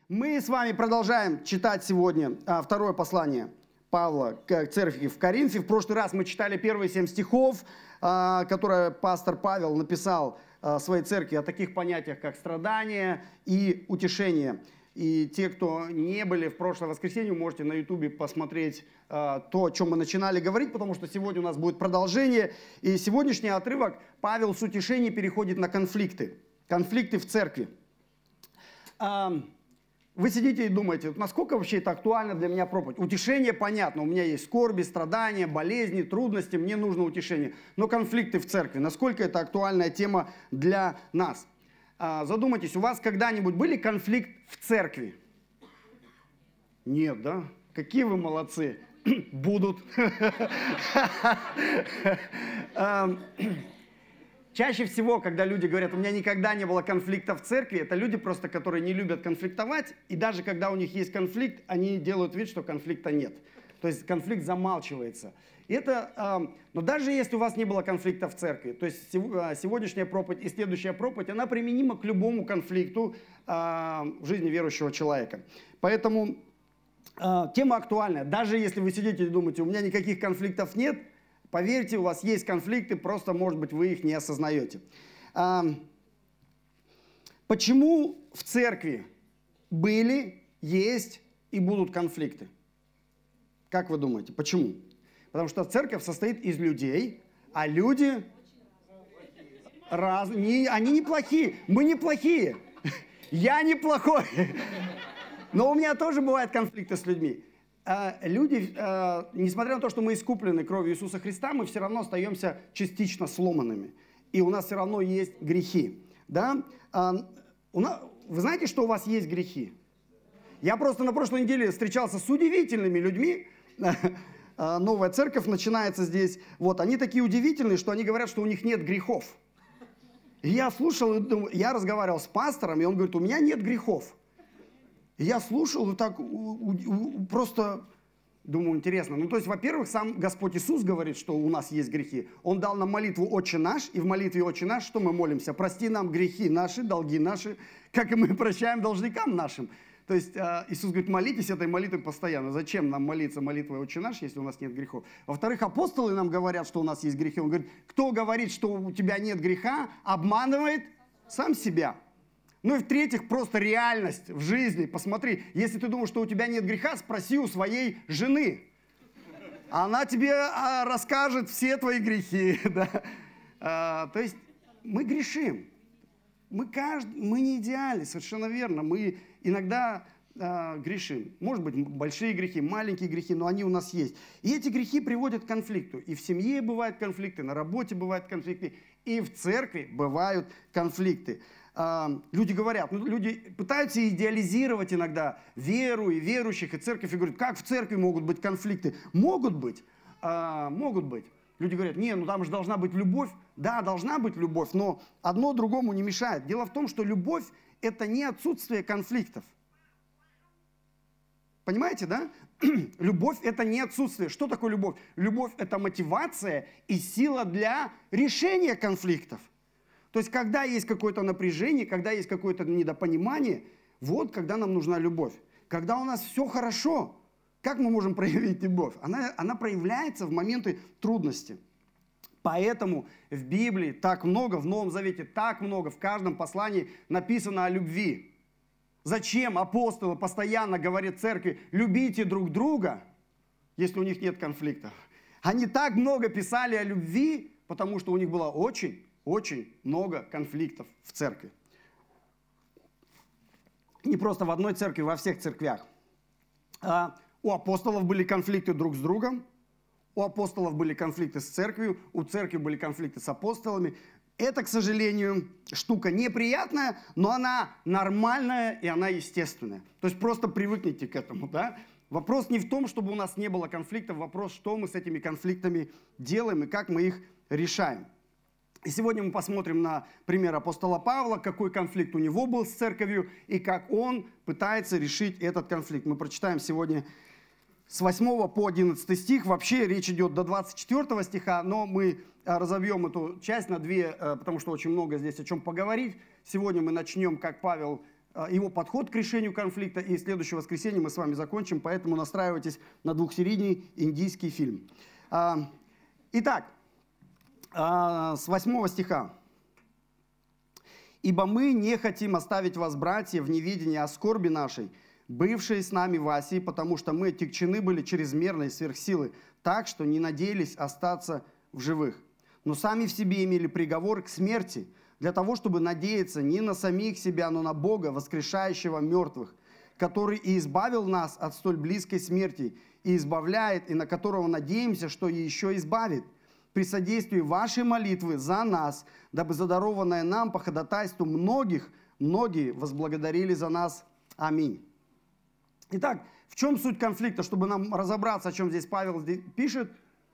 Мы с вами продолжаем читать сегодня второе послание Павла к церкви в Коринфе. В прошлый раз мы читали первые 7 стихов, которые пастор Павел написал своей церкви о таких понятиях, как страдание и утешение. И те, кто не были в прошлое воскресенье, можете на Ютубе посмотреть то, о чем мы начинали говорить, потому что сегодня у нас будет продолжение. И сегодняшний отрывок Павел с утешения переходит на конфликты. Конфликты в церкви. Вы сидите и думаете, насколько вообще это актуально для меня проповедь? Утешение понятно, у меня есть скорби, страдания, болезни, трудности, мне нужно утешение. Но конфликты в церкви, насколько это актуальная тема для нас? Задумайтесь, у вас когда-нибудь были конфликт в церкви? Нет, да? Какие вы молодцы. Будут. Чаще всего, когда люди говорят, у меня никогда не было конфликта в церкви, это люди просто, которые не любят конфликтовать, и даже когда у них есть конфликт, они делают вид, что конфликта нет. То есть конфликт замалчивается. Но даже если у вас не было конфликта в церкви, то есть сегодняшняя проповедь и следующая проповедь, она применима к любому конфликту в жизни верующего человека. Поэтому тема актуальная. Даже если вы сидите и думаете, у меня никаких конфликтов нет, поверьте, у вас есть конфликты, просто, может быть, вы их не осознаете. Почему в церкви были, есть и будут конфликты? Как вы думаете, почему? Потому что церковь состоит из людей, а люди разные. Они не плохие, мы не плохие. Я не плохой. Но у меня тоже бывают конфликты с людьми. Люди, несмотря на то, что мы искуплены кровью Иисуса Христа, мы все равно остаемся частично сломанными. И у нас все равно есть грехи. Да? Вы знаете, что у вас есть грехи? Я просто на прошлой неделе встречался с удивительными людьми. Новая церковь начинается здесь. Вот, они такие удивительные, что они говорят, что у них нет грехов. И я слушал, я разговаривал с пастором, и он говорит, у меня нет грехов. И я слушал и так просто думаю, интересно. То есть, во-первых, сам Господь Иисус говорит, что у нас есть грехи. Он дал нам молитву «Отче наш», и в молитве «Отче наш» что мы молимся? «Прости нам грехи наши, долги наши, как и мы прощаем должникам нашим». То есть Иисус говорит, молитесь этой молитвой постоянно. Зачем нам молиться молитвой «Отче наш», если у нас нет грехов? Во-вторых, апостолы нам говорят, что у нас есть грехи. Он говорит, кто говорит, что у тебя нет греха, обманывает сам себя. И в-третьих, просто реальность в жизни. Посмотри, если ты думаешь, что у тебя нет греха, спроси у своей жены. Она тебе расскажет все твои грехи. Да? То есть мы грешим. Мы не идеальны, совершенно верно. Мы иногда грешим. Может быть, большие грехи, маленькие грехи, но они у нас есть. И эти грехи приводят к конфликту. И в семье бывают конфликты, на работе бывают конфликты, и в церкви бывают конфликты. Люди говорят, люди пытаются идеализировать иногда веру и верующих, и церковь, и говорят, как в церкви могут быть конфликты? Могут быть, могут быть. Люди говорят, там же должна быть любовь. Да, должна быть любовь, но одно другому не мешает. Дело в том, что любовь – это не отсутствие конфликтов. Понимаете, да? Любовь – это не отсутствие. Что такое любовь? Любовь – это мотивация и сила для решения конфликтов. То есть, когда есть какое-то напряжение, когда есть какое-то недопонимание, вот когда нам нужна любовь. Когда у нас все хорошо, как мы можем проявить любовь? Она проявляется в моменты трудности. Поэтому в Библии так много, в Новом Завете так много, в каждом послании написано о любви. Зачем апостолы постоянно говорят церкви, любите друг друга, если у них нет конфликтов? Они так много писали о любви, потому что у них было очень много конфликтов в церкви. Не просто в одной церкви, во всех церквях. У апостолов были конфликты друг с другом, у апостолов были конфликты с церковью, у церкви были конфликты с апостолами. Это, к сожалению, штука неприятная, но она нормальная и она естественная. То есть просто привыкните к этому, да? Вопрос не в том, чтобы у нас не было конфликтов, вопрос, что мы с этими конфликтами делаем и как мы их решаем. И сегодня мы посмотрим на пример апостола Павла, какой конфликт у него был с церковью и как он пытается решить этот конфликт. Мы прочитаем сегодня с 8 по 11 стих. Вообще речь идет до 24 стиха, но мы разобьем эту часть на две, потому что очень много здесь о чем поговорить. Сегодня мы начнем, как Павел его подход к решению конфликта. И в следующее воскресенье мы с вами закончим, поэтому настраивайтесь на двухсерийный индийский фильм. Итак, с 8 стиха. «Ибо мы не хотим оставить вас, братья, в неведении о скорби нашей, бывшей с нами в Асии, потому что мы отягчены были чрезмерной сверхсилы, так что не надеялись остаться в живых. Но сами в себе имели приговор к смерти, для того, чтобы надеяться не на самих себя, но на Бога, воскрешающего мертвых, который и избавил нас от столь близкой смерти, и избавляет, и на которого надеемся, что и еще избавит, при содействии вашей молитвы за нас, дабы задарованное нам по ходатайству многие возблагодарили за нас. Аминь». Итак, в чем суть конфликта, чтобы нам разобраться, о чем здесь Павел пишет?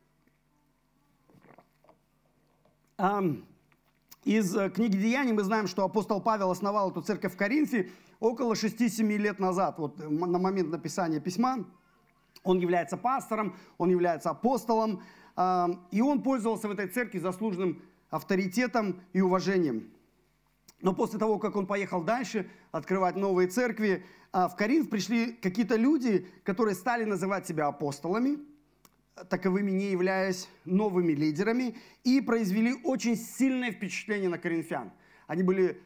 Из книги «Деяний» мы знаем, что апостол Павел основал эту церковь в Коринфе около 6-7 лет назад, вот на момент написания письма. Он является пастором, он является апостолом, и он пользовался в этой церкви заслуженным авторитетом и уважением. Но после того, как он поехал дальше открывать новые церкви, в Коринф пришли какие-то люди, которые стали называть себя апостолами, таковыми не являясь новыми лидерами, и произвели очень сильное впечатление на коринфян. Они были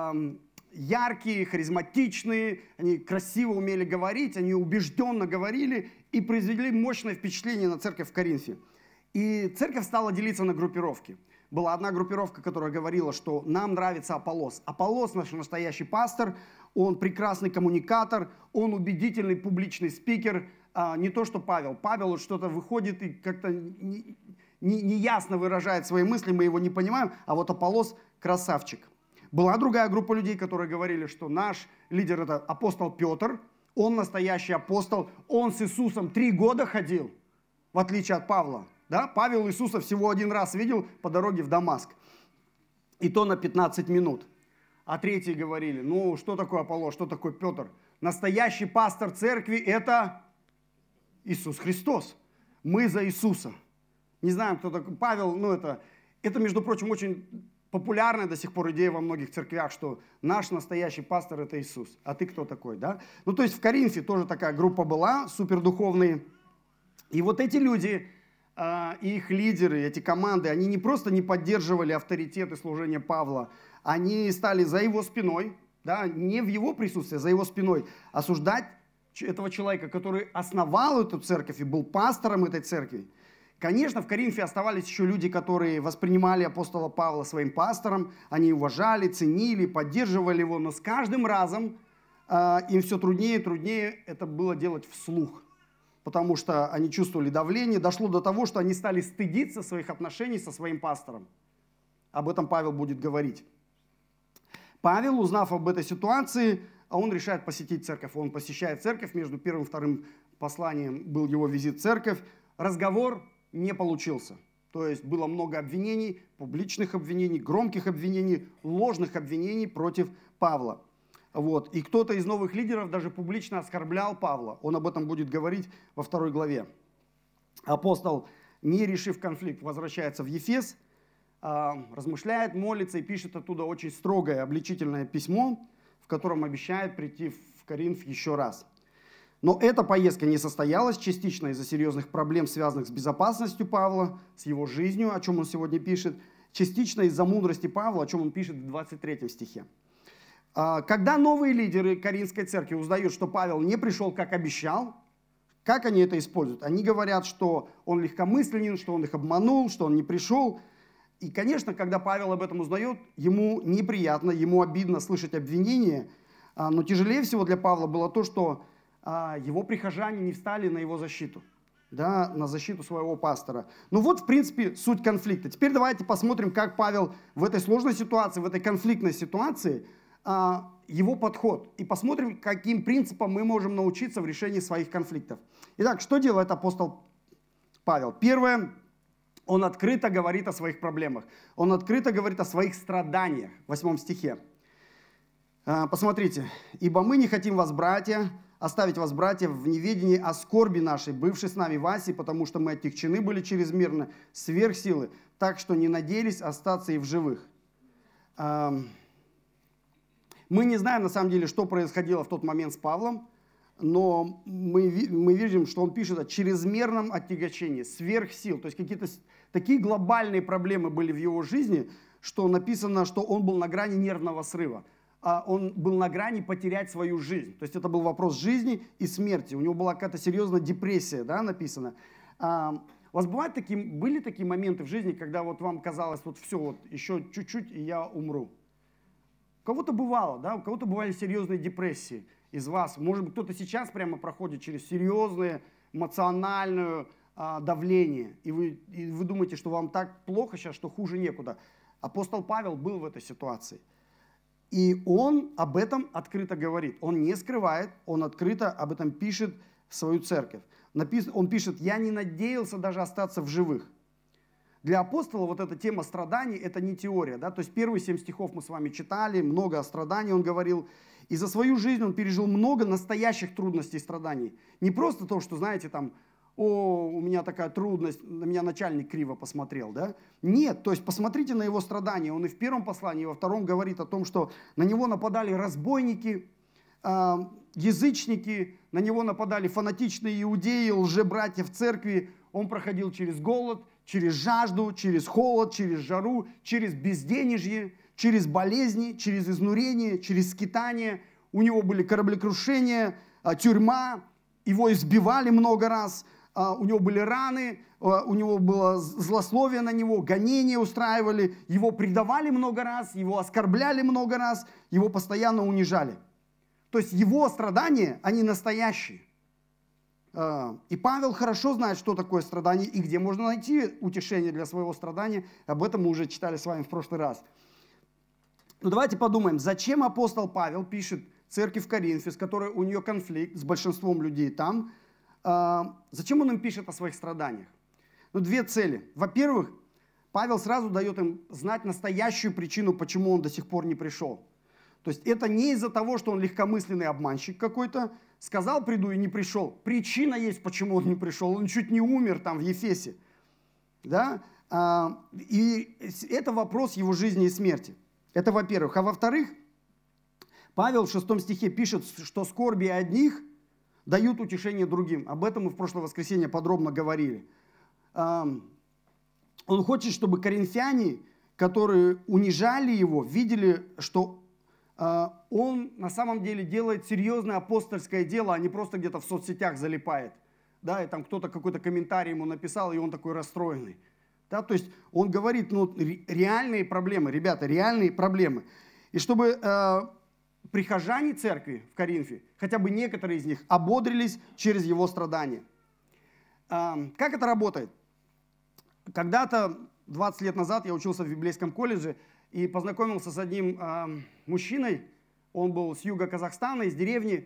яркие, харизматичные, они красиво умели говорить, они убежденно говорили и произвели мощное впечатление на церковь в Коринфе. И церковь стала делиться на группировки. Была одна группировка, которая говорила, что нам нравится Аполлос. Аполлос наш настоящий пастор, он прекрасный коммуникатор, он убедительный публичный спикер. Не то, что Павел. Павел вот что-то выходит и как-то неясно выражает свои мысли, мы его не понимаем, а вот Аполлос красавчик. Была другая группа людей, которые говорили, что наш лидер это апостол Петр, он настоящий апостол, он с Иисусом 3 года ходил, в отличие от Павла. Да? Павел Иисуса всего 1 раз видел по дороге в Дамаск, и то на 15 минут. А третьи говорили, ну что такое Аполлос, что такое Петр? Настоящий пастор церкви это Иисус Христос. Мы за Иисуса. Не знаем, кто такой Павел, но это, между прочим, очень популярная до сих пор идея во многих церквях, что наш настоящий пастор это Иисус. А ты кто такой, да? Ну, то есть в Коринфе тоже такая группа была, супердуховные. И вот эти люди, их лидеры, эти команды, они не просто не поддерживали авторитет и служение Павла, они стали за его спиной, да, не в его присутствии, а за его спиной осуждать этого человека, который основал эту церковь и был пастором этой церкви. Конечно, в Коринфе оставались еще люди, которые воспринимали апостола Павла своим пастором, они уважали, ценили, поддерживали его, но с каждым разом им все труднее и труднее это было делать вслух, потому что они чувствовали давление, дошло до того, что они стали стыдиться своих отношений со своим пастором. Об этом Павел будет говорить. Павел, узнав об этой ситуации, он решает посетить церковь. Он посещает церковь, между первым и вторым посланием был его визит в церковь. Разговор не получился. То есть было много обвинений, публичных обвинений, громких обвинений, ложных обвинений против Павла. Вот. И кто-то из новых лидеров даже публично оскорблял Павла. Он об этом будет говорить во 2 главе. Апостол, не решив конфликт, возвращается в Ефес, размышляет, молится и пишет оттуда очень строгое обличительное письмо, в котором обещает прийти в Коринф еще раз. Но эта поездка не состоялась, частично из-за серьезных проблем, связанных с безопасностью Павла, с его жизнью, о чем он сегодня пишет, частично из-за мудрости Павла, о чем он пишет в 23 стихе. Когда новые лидеры Коринфской церкви узнают, что Павел не пришел, как обещал, как они это используют? Они говорят, что он легкомысленен, что он их обманул, что он не пришел. И, конечно, когда Павел об этом узнает, ему неприятно, ему обидно слышать обвинения, но тяжелее всего для Павла было то, что его прихожане не встали на его защиту, да, на защиту своего пастора. Ну вот, в принципе, суть конфликта. Теперь давайте посмотрим, как Павел в этой сложной ситуации, в этой конфликтной ситуации, его подход. И посмотрим, каким принципам мы можем научиться в решении своих конфликтов. Итак, что делает апостол Павел? Первое. Он открыто говорит о своих проблемах. Он открыто говорит о своих страданиях. В 8 стихе. Посмотрите. «Ибо мы не хотим вас, братья, оставить вас, братья, в неведении о скорби нашей, бывшей с нами в Асии, потому что мы отягчены были чрезмерно сверх силы, так что не надеялись остаться и в живых». Мы не знаем, на самом деле, что происходило в тот момент с Павлом, но мы видим, что он пишет о чрезмерном отягощении, сверхсил. То есть какие-то такие глобальные проблемы были в его жизни, что написано, что он был на грани нервного срыва. Он был на грани потерять свою жизнь. То есть это был вопрос жизни и смерти. У него была какая-то серьезная депрессия, да, написано. У вас были такие моменты в жизни, когда вот вам казалось, вот все, вот еще чуть-чуть, и я умру? У кого-то бывало, да, у кого-то бывали серьезные депрессии из вас. Может быть, кто-то сейчас прямо проходит через серьезное эмоциональное давление, и вы думаете, что вам так плохо сейчас, что хуже некуда. Апостол Павел был в этой ситуации. И он об этом открыто говорит. Он не скрывает, он открыто об этом пишет в свою церковь. Он пишет: «Я не надеялся даже остаться в живых». Для апостола вот эта тема страданий – это не теория. Да? То есть первые 7 стихов мы с вами читали, много о страдании он говорил. И за свою жизнь он пережил много настоящих трудностей и страданий. Не просто то, что, знаете, там, у меня такая трудность, на меня начальник криво посмотрел. Да? Нет, то есть посмотрите на его страдания. Он и в первом послании, и во втором говорит о том, что на него нападали разбойники, язычники, на него нападали фанатичные иудеи, лжебратья в церкви. Он проходил через голод, через жажду, через холод, через жару, через безденежье, через болезни, через изнурение, через скитание. У него были кораблекрушения, тюрьма, его избивали много раз, у него были раны, у него было злословие на него, гонения устраивали, его предавали много раз, его оскорбляли много раз, его постоянно унижали. То есть его страдания, они настоящие. И Павел хорошо знает, что такое страдание и где можно найти утешение для своего страдания. Об этом мы уже читали с вами в прошлый раз. Но давайте подумаем, зачем апостол Павел пишет церкви в Коринфе, с которой у нее конфликт с большинством людей там. Зачем он им пишет о своих страданиях? Ну, 2 цели. Во-первых, Павел сразу дает им знать настоящую причину, почему он до сих пор не пришел. То есть это не из-за того, что он легкомысленный обманщик какой-то, сказал приду и не пришел. Причина есть, почему он не пришел. Он чуть не умер там в Ефесе. Да? И это вопрос его жизни и смерти. Это во-первых. А во-вторых, Павел в 6 стихе пишет, что скорби одних дают утешение другим. Об этом мы в прошлое воскресенье подробно говорили. Он хочет, чтобы коринфяне, которые унижали его, видели, что он на самом деле делает серьезное апостольское дело, а не просто где-то в соцсетях залипает. Да, и там кто-то какой-то комментарий ему написал, и он такой расстроенный. Да, то есть он говорит, реальные проблемы, ребята, реальные проблемы. И чтобы прихожане церкви в Коринфе, хотя бы некоторые из них, ободрились через его страдания. Как это работает? Когда-то, 20 лет назад, я учился в библейском колледже и познакомился с одним мужчиной. Он был с юга Казахстана, из деревни.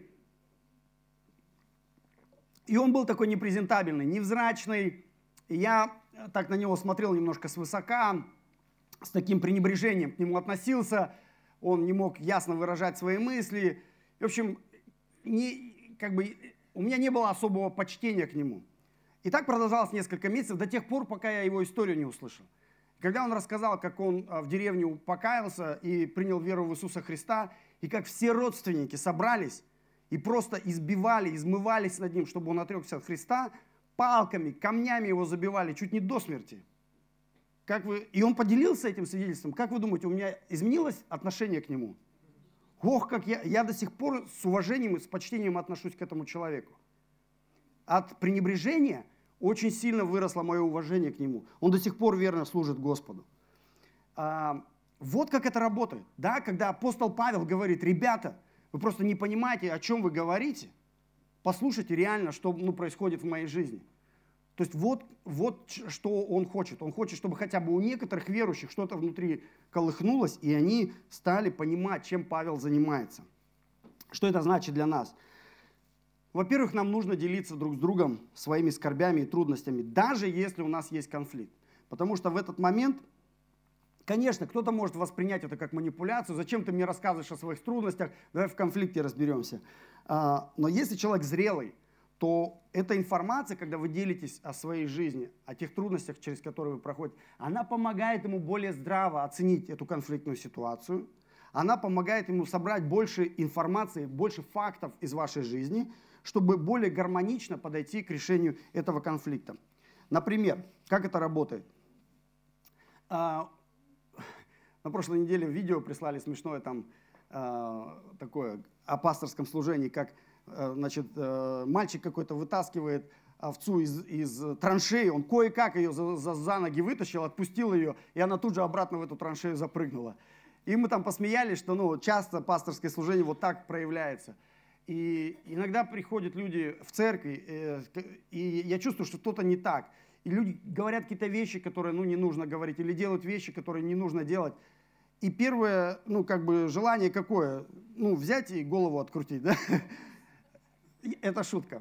И он был такой непрезентабельный, невзрачный. И я так на него смотрел немножко свысока, с таким пренебрежением к нему относился. Он не мог ясно выражать свои мысли. В общем, у меня не было особого почтения к нему. И так продолжалось несколько месяцев, до тех пор, пока я его историю не услышал. Когда он рассказал, как он в деревню покаялся и принял веру в Иисуса Христа, и как все родственники собрались и просто избивали, измывались над ним, чтобы он отрекся от Христа, палками, камнями его забивали чуть не до смерти. И он поделился этим свидетельством. Как вы думаете, у меня изменилось отношение к нему? Ох, как я до сих пор с уважением и с почтением отношусь к этому человеку. От пренебрежения очень сильно выросло мое уважение к нему. Он до сих пор верно служит Господу. Вот как это работает. Да? Когда апостол Павел говорит: ребята, вы просто не понимаете, о чем вы говорите. Послушайте реально, что происходит в моей жизни. То есть вот что он хочет. Он хочет, чтобы хотя бы у некоторых верующих что-то внутри колыхнулось, и они стали понимать, чем Павел занимается. Что это значит для нас? Во-первых, нам нужно делиться друг с другом своими скорбями и трудностями, даже если у нас есть конфликт. Потому что в этот момент, конечно, кто-то может воспринять это как манипуляцию. Зачем ты мне рассказываешь о своих трудностях? Давай в конфликте разберемся. Но если человек зрелый, то эта информация, когда вы делитесь о своей жизни, о тех трудностях, через которые вы проходите, она помогает ему более здраво оценить эту конфликтную ситуацию. она помогает ему собрать больше информации, больше фактов из вашей жизни, чтобы более гармонично подойти к решению этого конфликта. Например, как это работает? На прошлой неделе видео прислали смешное там такое о пасторском служении, как мальчик какой-то вытаскивает овцу из траншеи, он кое-как ее за ноги вытащил, отпустил ее, и она тут же обратно в эту траншею запрыгнула. И мы там посмеялись, что часто пасторское служение вот так проявляется. И иногда приходят люди в церкви, и я чувствую, что что-то не так. И люди говорят какие-то вещи, которые не нужно говорить, или делают вещи, которые не нужно делать. И первое, желание какое? Взять и голову открутить, да? Это шутка.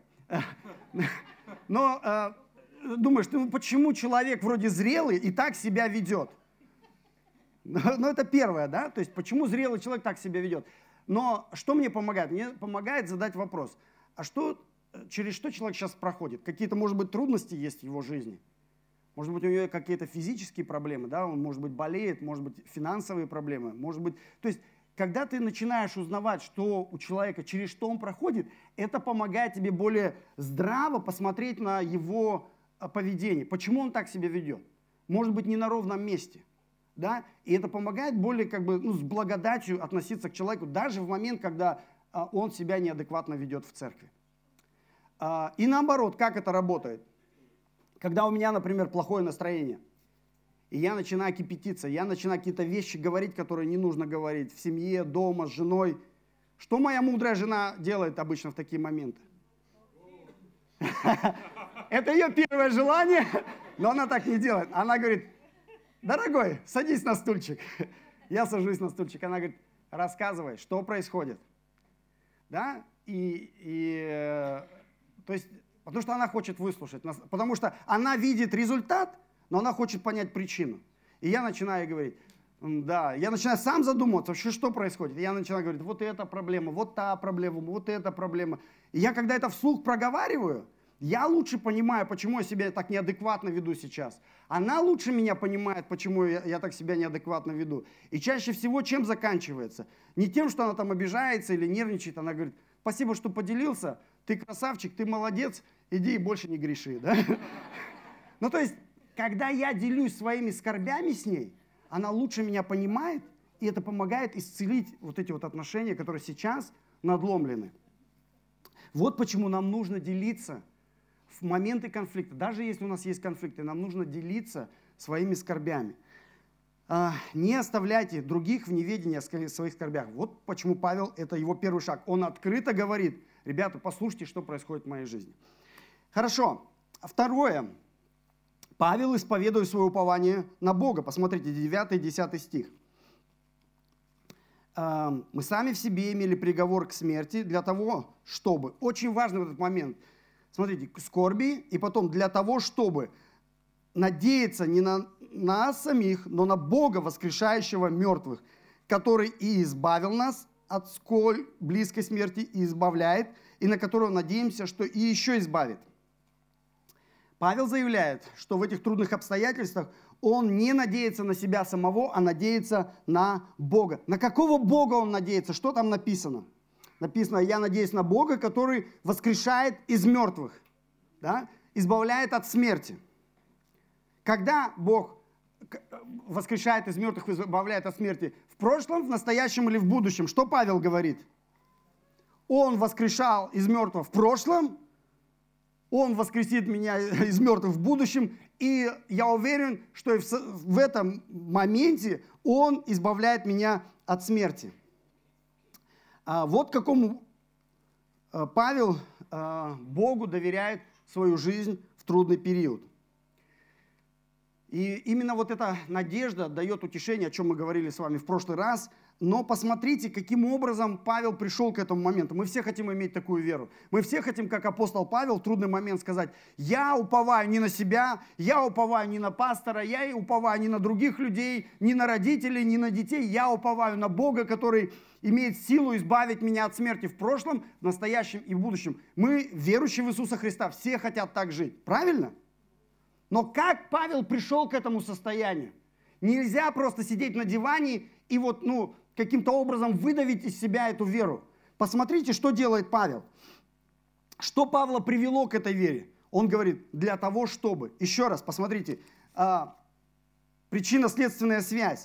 Но думаешь, почему человек вроде зрелый и так себя ведет? Но это первое, да? То есть почему зрелый человек так себя ведет? Но что мне помогает? Мне помогает задать вопрос. А через что человек сейчас проходит? Какие-то, может быть, трудности есть в его жизни? Может быть, у него какие-то физические проблемы, да? Он, может быть, болеет, может быть, финансовые проблемы, может быть... То есть, когда ты начинаешь узнавать, что у человека, через что он проходит, это помогает тебе более здраво посмотреть на его поведение. Почему он так себя ведет? Может быть, не на ровном месте. Да? И это помогает более с благодатью относиться к человеку, даже в момент, когда он себя неадекватно ведет в церкви. И наоборот, как это работает? Когда у меня, например, плохое настроение, и я начинаю кипятиться, я начинаю какие-то вещи говорить, которые не нужно говорить в семье, дома, с женой. Что моя мудрая жена делает обычно в такие моменты? Это ее первое желание, но она так не делает. Она говорит: дорогой, садись на стульчик. Я сажусь на стульчик. Она говорит: рассказывай, что происходит. Да? То есть, потому что она хочет выслушать. Потому что она видит результат, но она хочет понять причину. И я начинаю говорить, я начинаю сам задумываться, вообще, что происходит. И я начинаю говорить: вот эта проблема, вот та проблема, вот эта проблема. И я, когда это вслух проговариваю, я лучше понимаю, почему я себя так неадекватно веду сейчас. Она лучше меня понимает, почему я так себя неадекватно веду. И чаще всего чем заканчивается? Не тем, что она там обижается или нервничает. Она говорит: спасибо, что поделился, ты красавчик, ты молодец, иди и больше не греши. Да? Ну, то есть, когда я делюсь своими скорбями с ней, она лучше меня понимает, и это помогает исцелить вот эти вот отношения, которые сейчас надломлены. Вот почему нам нужно делиться в моменты конфликта. Даже если у нас есть конфликты, нам нужно делиться своими скорбями. Не оставляйте других в неведении о своих скорбях. Вот почему Павел, это его первый шаг. Он открыто говорит: ребята, послушайте, что происходит в моей жизни. Хорошо. Второе. Павел исповедует свое упование на Бога. Посмотрите, 9 и 10 стих. Мы сами в себе имели приговор к смерти для того, чтобы... Очень важный в этот момент. Смотрите, к скорби, и потом для того, чтобы надеяться не на нас самих, но на Бога, воскрешающего мертвых, который и избавил нас от сколь близкой смерти, и избавляет, и на которого надеемся, что и еще избавит. Павел заявляет, что в этих трудных обстоятельствах он не надеется на себя самого, а надеется на Бога. На какого Бога он надеется? Что там написано? Написано: я надеюсь на Бога, который воскрешает из мертвых, да? Избавляет от смерти. Когда Бог воскрешает из мертвых, избавляет от смерти? В прошлом, в настоящем или в будущем? Что Павел говорит? Он воскрешал из мертвых в прошлом, Он воскресит меня из мертвых в будущем, и я уверен, что в этом моменте Он избавляет меня от смерти. Вот какому Павел Богу доверяет свою жизнь в трудный период. И именно вот эта надежда дает утешение, о чем мы говорили с вами в прошлый раз. Но посмотрите, каким образом Павел пришел к этому моменту. Мы все хотим иметь такую веру. Мы все хотим, как апостол Павел, в трудный момент сказать: я уповаю не на себя, я уповаю не на пастора, я уповаю не на других людей, не на родителей, не на детей. Я уповаю на Бога, который имеет силу избавить меня от смерти в прошлом, в настоящем и в будущем. Мы, верующие в Иисуса Христа, все хотят так жить. Правильно? Но как Павел пришел к этому состоянию? Нельзя просто сидеть на диване и каким-то образом выдавить из себя эту веру. Посмотрите, что делает Павел. Что Павла привело к этой вере? Он говорит, для того, чтобы. Еще раз, посмотрите, причинно-следственная связь.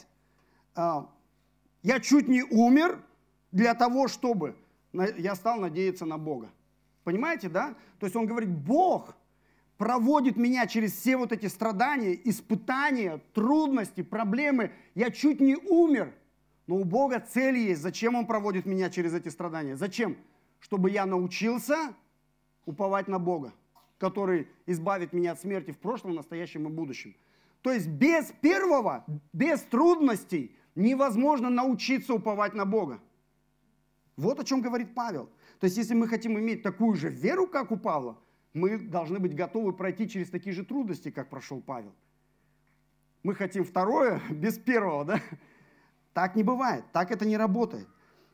Я чуть не умер для того, чтобы я стал надеяться на Бога. Понимаете, да? То есть он говорит, Бог проводит меня через все вот эти страдания, испытания, трудности, проблемы. Я чуть не умер, но у Бога цель есть. Зачем Он проводит меня через эти страдания? Зачем? Чтобы я научился уповать на Бога, который избавит меня от смерти в прошлом, настоящем и будущем. То есть без первого, без трудностей невозможно научиться уповать на Бога. Вот о чем говорит Павел. То есть если мы хотим иметь такую же веру, как у Павла, мы должны быть готовы пройти через такие же трудности, как прошел Павел. Мы хотим второе без первого, да? Так не бывает, так это не работает.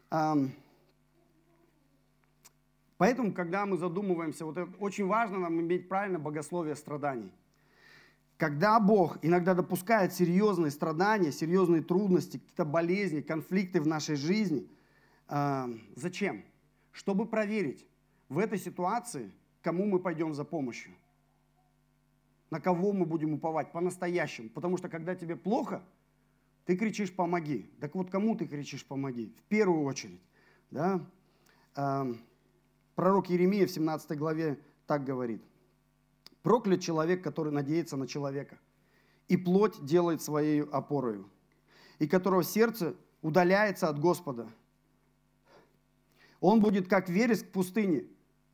Поэтому, когда мы задумываемся, вот это, очень важно нам иметь правильное богословие страданий. Когда Бог иногда допускает серьезные страдания, серьезные трудности, какие-то болезни, конфликты в нашей жизни, зачем? Чтобы проверить в этой ситуации, кому мы пойдем за помощью. На кого мы будем уповать по-настоящему. Потому что когда тебе плохо, ты кричишь «помоги». Так вот, кому ты кричишь «помоги»? В первую очередь. Да? Пророк Иеремия в 17 главе так говорит. «Проклят человек, который надеется на человека, и плоть делает своей опорою, и которого сердце удаляется от Господа. Он будет как вереск в пустыне,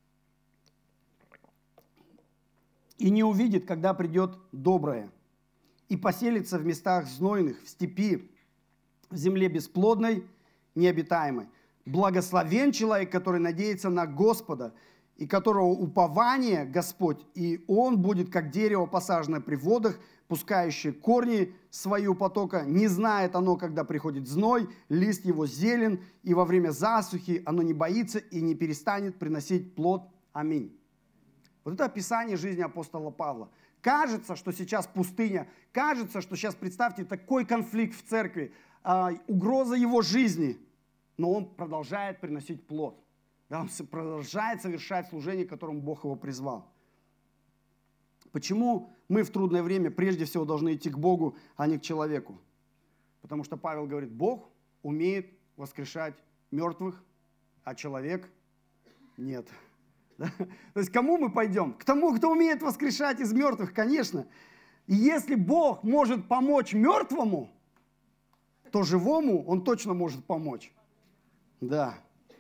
и не увидит, когда придет доброе, и поселится в местах знойных, в степи, в земле бесплодной, необитаемой. Благословен человек, который надеется на Господа, и которого упование Господь, и он будет, как дерево, посаженное при водах, пускающее корни свои у потока. Не знает оно, когда приходит зной, лист его зелен, и во время засухи оно не боится и не перестанет приносить плод. Аминь». Вот это описание жизни апостола Павла. Кажется, что сейчас пустыня, кажется, что сейчас, представьте, такой конфликт в церкви, угроза его жизни, но он продолжает приносить плод. Да, он продолжает совершать служение, к которому Бог его призвал. Почему мы в трудное время прежде всего должны идти к Богу, а не к человеку? Потому что Павел говорит, Бог умеет воскрешать мертвых, а человек нет. Да? То есть кому мы пойдем? К тому, кто умеет воскрешать из мертвых, конечно. И если Бог может помочь мертвому, то живому Он точно может помочь. Да.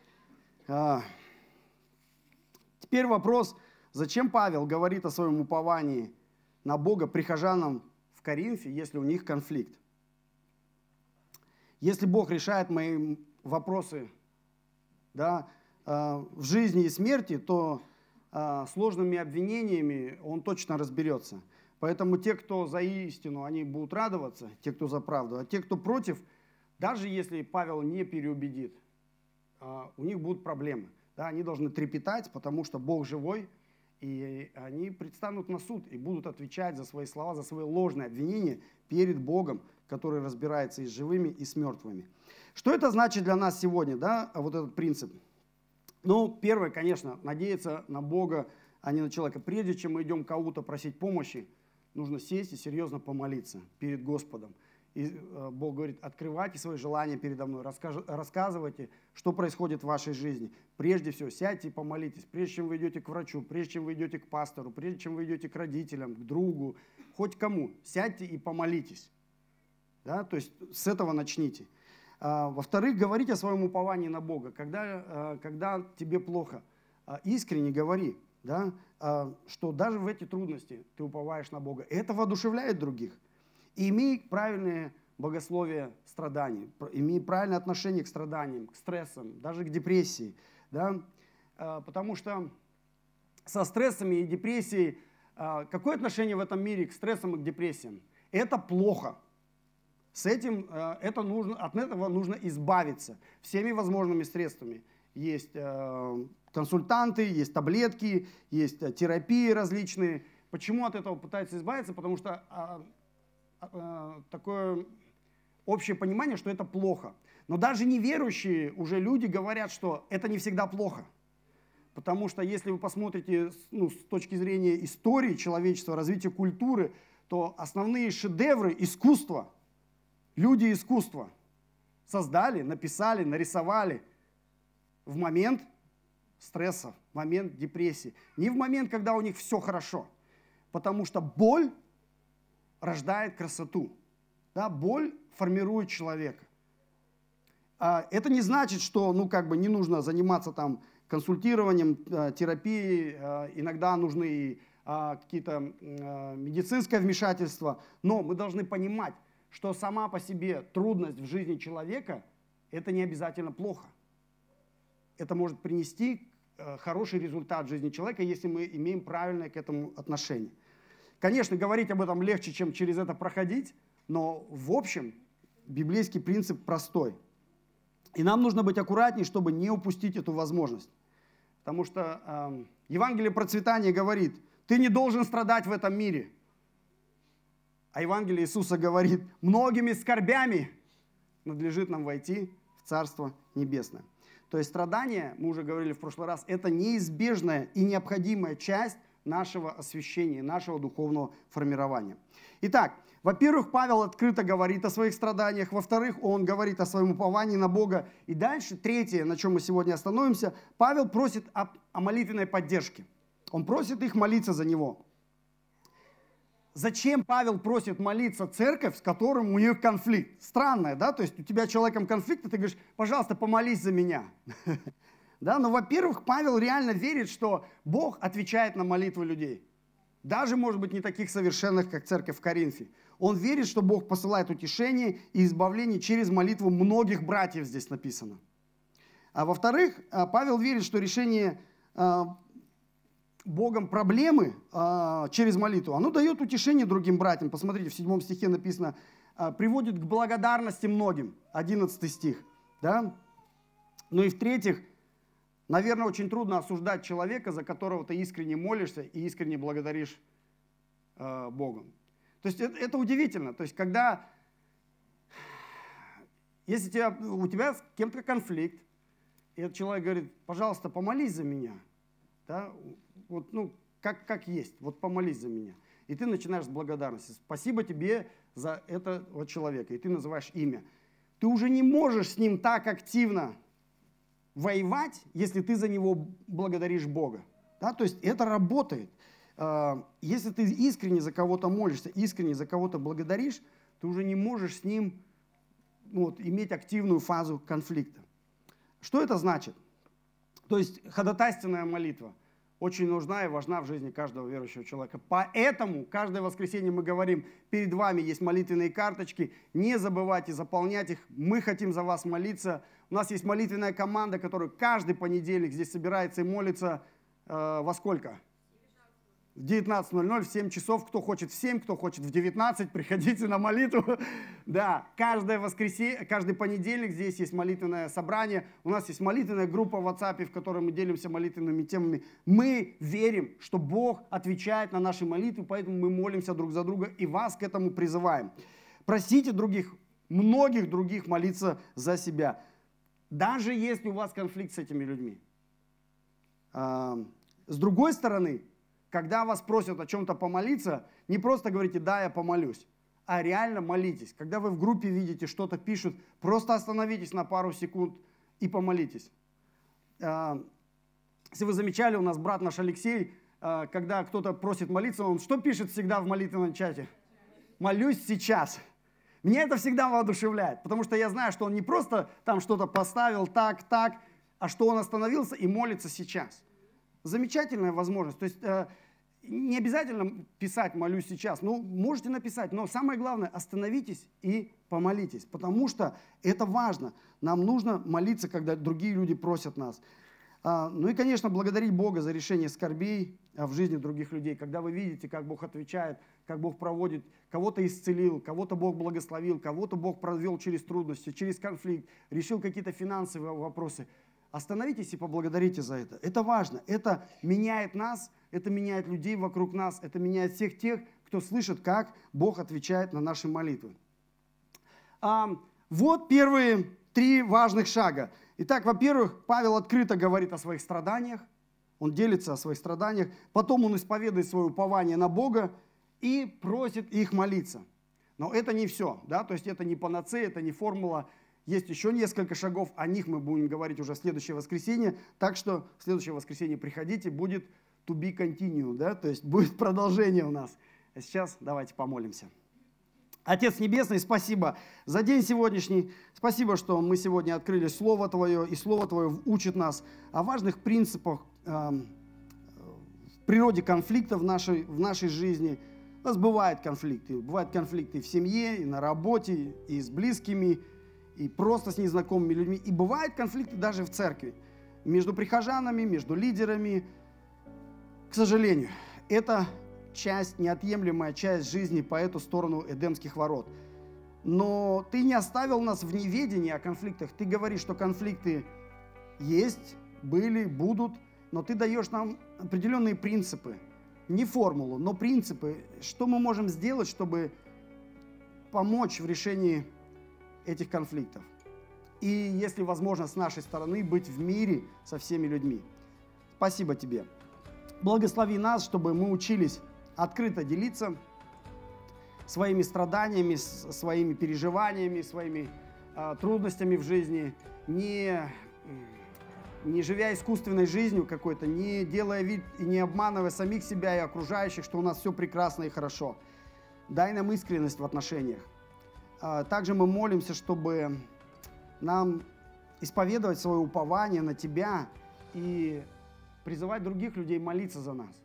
Теперь вопрос, зачем Павел говорит о своем уповании на Бога прихожанам в Коринфе, если у них конфликт? Если Бог решает мои вопросы, да, в жизни и смерти, то сложными обвинениями Он точно разберется. Поэтому те, кто за истину, они будут радоваться, те, кто за правду, а те, кто против, даже если Павел не переубедит, у них будут проблемы. Да, они должны трепетать, потому что Бог живой, и они предстанут на суд и будут отвечать за свои слова, за свои ложные обвинения перед Богом, который разбирается и с живыми, и с мертвыми. Что это значит для нас сегодня, да, вот этот принцип? Ну, первое, конечно, надеяться на Бога, а не на человека. Прежде чем мы идем кому-то просить помощи, нужно сесть и серьезно помолиться перед Господом. И Бог говорит, открывайте свои желания передо мной, рассказывайте, что происходит в вашей жизни. Прежде всего, сядьте и помолитесь. Прежде чем вы идете к врачу, прежде чем вы идете к пастору, прежде чем вы идете к родителям, к другу, хоть кому, сядьте и помолитесь. Да? То есть с этого начните. Во-вторых, говорите о своем уповании на Бога. Когда тебе плохо, искренне говори, да? Что даже в эти трудности ты уповаешь на Бога. Это воодушевляет других. И имей правильное богословие страданий, имей правильное отношение к страданиям, к стрессам, даже к депрессии. Да? Потому что со стрессами и депрессией, какое отношение в этом мире к стрессам и к депрессиям? Это плохо. С этим, от этого нужно избавиться всеми возможными средствами. Есть консультанты, есть таблетки, есть терапии различные. Почему от этого пытаются избавиться? Потому что такое общее понимание, что это плохо. Но даже неверующие уже люди говорят, что это не всегда плохо. Потому что если вы посмотрите с точки зрения истории человечества, развития культуры, то основные шедевры искусства, люди искусства создали, написали, нарисовали в момент стресса, в момент депрессии. Не в момент, когда у них все хорошо. Потому что боль рождает красоту. Да, боль формирует человека. Это не значит, что не нужно заниматься консультированием, терапией. Иногда нужны и какие-то медицинское вмешательство. Но мы должны понимать, что сама по себе трудность в жизни человека – это не обязательно плохо. Это может принести хороший результат в жизни человека, если мы имеем правильное к этому отношение. Конечно, говорить об этом легче, чем через это проходить, но в общем библейский принцип простой. И нам нужно быть аккуратнее, чтобы не упустить эту возможность. Потому что Евангелие процветания говорит, ты не должен страдать в этом мире. А Евангелие Иисуса говорит, многими скорбями надлежит нам войти в Царство Небесное. То есть страдания, мы уже говорили в прошлый раз, это неизбежная и необходимая часть нашего освящения, нашего духовного формирования. Итак, во-первых, Павел открыто говорит о своих страданиях. Во-вторых, он говорит о своем уповании на Бога. И дальше, третье, на чем мы сегодня остановимся, Павел просит о молитвенной поддержке. Он просит их молиться за него. Зачем Павел просит молиться церковь, с которым у них конфликт? Странное, да? То есть у тебя с человеком конфликт, и ты говоришь, пожалуйста, помолись за меня. Да, но, во-первых, Павел реально верит, что Бог отвечает на молитвы людей. Даже, может быть, не таких совершенных, как церковь в Коринфе. Он верит, что Бог посылает утешение и избавление через молитву многих братьев, здесь написано. А во-вторых, Павел верит, что решение Богом проблемы через молитву, оно дает утешение другим братьям. Посмотрите, в 7 стихе написано, приводит к благодарности многим, 11 стих. Да? Ну и в-третьих, наверное, очень трудно осуждать человека, за которого ты искренне молишься и искренне благодаришь Богу. То есть это удивительно. То есть если у тебя с кем-то конфликт, и этот человек говорит, пожалуйста, помолись за меня, да, как есть, вот помолись за меня. И ты начинаешь с благодарности. Спасибо тебе за этого человека. И ты называешь имя. Ты уже не можешь с ним так активно воевать, если ты за него благодаришь Бога. Да? То есть это работает. Если ты искренне за кого-то молишься, искренне за кого-то благодаришь, ты уже не можешь с ним иметь активную фазу конфликта. Что это значит? То есть ходатайственная молитва очень нужна и важна в жизни каждого верующего человека. Поэтому каждое воскресенье мы говорим, перед вами есть молитвенные карточки, не забывайте заполнять их, мы хотим за вас молиться. У нас есть молитвенная команда, которая каждый понедельник здесь собирается и молится во сколько? В 19:00, в 7 часов, кто хочет в 7, кто хочет в 19, приходите на молитву. Да, каждое воскресенье, каждый понедельник здесь есть молитвенное собрание. У нас есть молитвенная группа в WhatsApp, в которой мы делимся молитвенными темами. Мы верим, что Бог отвечает на наши молитвы, поэтому мы молимся друг за друга и вас к этому призываем. Просите многих других молиться за себя. Даже если у вас конфликт с этими людьми. С другой стороны, когда вас просят о чем-то помолиться, не просто говорите «да, я помолюсь», а реально молитесь. Когда вы в группе видите, что-то пишут, просто остановитесь на пару секунд и помолитесь. Если вы замечали, у нас брат наш Алексей, когда кто-то просит молиться, он что пишет всегда в молитвенном чате? «Молюсь сейчас». Меня это всегда воодушевляет, потому что я знаю, что он не просто там что-то поставил так, а что он остановился и молится сейчас. Замечательная возможность. То есть не обязательно писать «молюсь сейчас». Можете написать, но самое главное, остановитесь и помолитесь, потому что это важно. Нам нужно молиться, когда другие люди просят нас. И, конечно, благодарить Бога за решение скорбей в жизни других людей. Когда вы видите, как Бог отвечает, как Бог проводит, кого-то исцелил, кого-то Бог благословил, кого-то Бог провел через трудности, через конфликт, решил какие-то финансовые вопросы. Остановитесь и поблагодарите за это. Это важно. Это меняет нас, это меняет людей вокруг нас, это меняет всех тех, кто слышит, как Бог отвечает на наши молитвы. Вот первые 3 важных шага. Итак, во-первых, Павел открыто говорит о своих страданиях. Он делится о своих страданиях. Потом он исповедует свое упование на Бога и просит их молиться. Но это не все, да, то есть это не панацея, это не формула. Есть еще несколько шагов, о них мы будем говорить уже в следующее воскресенье. Так что в следующее воскресенье приходите, будет to be continue, да, то есть будет продолжение у нас. А сейчас давайте помолимся. Отец Небесный, спасибо за день сегодняшний. Спасибо, что мы сегодня открыли Слово Твое, и Слово Твое учит нас о важных принципах в природе конфликта в нашей жизни. У нас бывают конфликты и в семье, и на работе, и с близкими, и просто с незнакомыми людьми. И бывают конфликты даже в церкви, между прихожанами, между лидерами. К сожалению, это неотъемлемая часть жизни по эту сторону Эдемских ворот. Но Ты не оставил нас в неведении о конфликтах. Ты говоришь, что конфликты есть, были, будут, но Ты даешь нам определенные принципы. Не формулу, но принципы, что мы можем сделать, чтобы помочь в решении этих конфликтов. И, если возможно, с нашей стороны быть в мире со всеми людьми. Спасибо Тебе. Благослови нас, чтобы мы учились открыто делиться своими страданиями, своими переживаниями, своими трудностями в жизни, не живя искусственной жизнью какой-то, не делая вид и не обманывая самих себя и окружающих, что у нас все прекрасно и хорошо. Дай нам искренность в отношениях. Также мы молимся, чтобы нам исповедовать свое упование на Тебя и призывать других людей молиться за нас.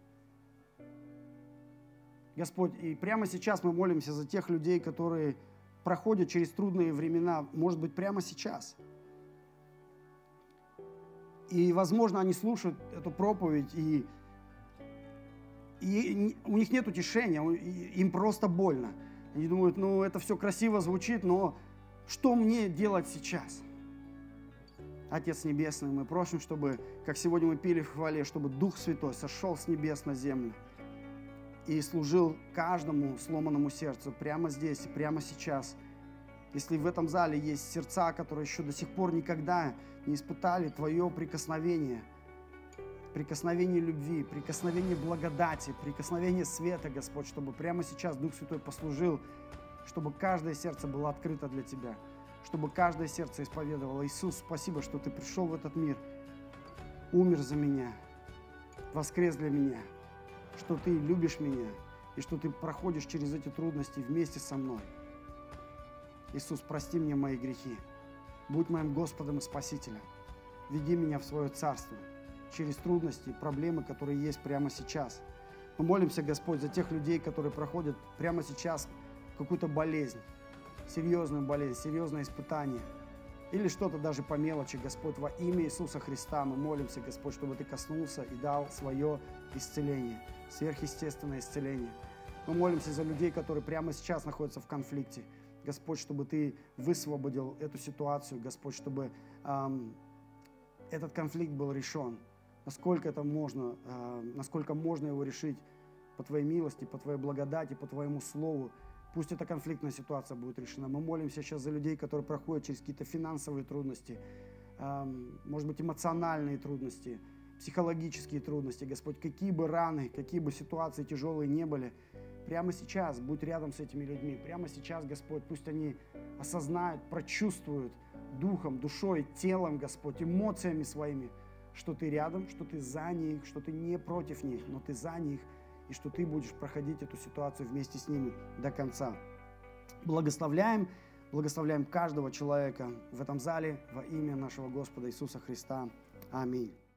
Господь, и прямо сейчас мы молимся за тех людей, которые проходят через трудные времена, может быть, прямо сейчас. И, возможно, они слушают эту проповедь, и у них нет утешения, им просто больно. Они думают, это все красиво звучит, но что мне делать сейчас? Отец Небесный, мы просим, чтобы, как сегодня мы пели в хвале, чтобы Дух Святой сошел с небес на землю и служил каждому сломанному сердцу прямо здесь и прямо сейчас. Если в этом зале есть сердца, которые еще до сих пор никогда не испытали Твое прикосновение любви, прикосновение благодати, прикосновение света, Господь, чтобы прямо сейчас Дух Святой послужил, чтобы каждое сердце было открыто для Тебя, чтобы каждое сердце исповедовало: Иисус, спасибо, что Ты пришел в этот мир, умер за меня, воскрес для меня, что Ты любишь меня и что Ты проходишь через эти трудности вместе со мной. Иисус, прости мне мои грехи, будь моим Господом и Спасителем, веди меня в свое Царство через трудности, проблемы, которые есть прямо сейчас. Мы молимся, Господь, за тех людей, которые проходят прямо сейчас какую-то болезнь, серьезную болезнь, серьезное испытание или что-то даже по мелочи, Господь, во имя Иисуса Христа мы молимся, Господь, чтобы Ты коснулся и дал свое исцеление, сверхъестественное исцеление. Мы молимся за людей, которые прямо сейчас находятся в конфликте. Господь, чтобы Ты высвободил эту ситуацию, Господь, чтобы этот конфликт был решен. Насколько можно его решить по Твоей милости, по Твоей благодати, по Твоему Слову. Пусть эта конфликтная ситуация будет решена. Мы молимся сейчас за людей, которые проходят через какие-то финансовые трудности, может быть, эмоциональные трудности, психологические трудности. Господь, какие бы раны, какие бы ситуации тяжелые не были, прямо сейчас будь рядом с этими людьми. Прямо сейчас, Господь, пусть они осознают, прочувствуют духом, душой, телом, Господь, эмоциями своими, что Ты рядом, что Ты за них, что Ты не против них, но Ты за них, и что Ты будешь проходить эту ситуацию вместе с ними до конца. Благословляем каждого человека в этом зале во имя нашего Господа Иисуса Христа. Аминь.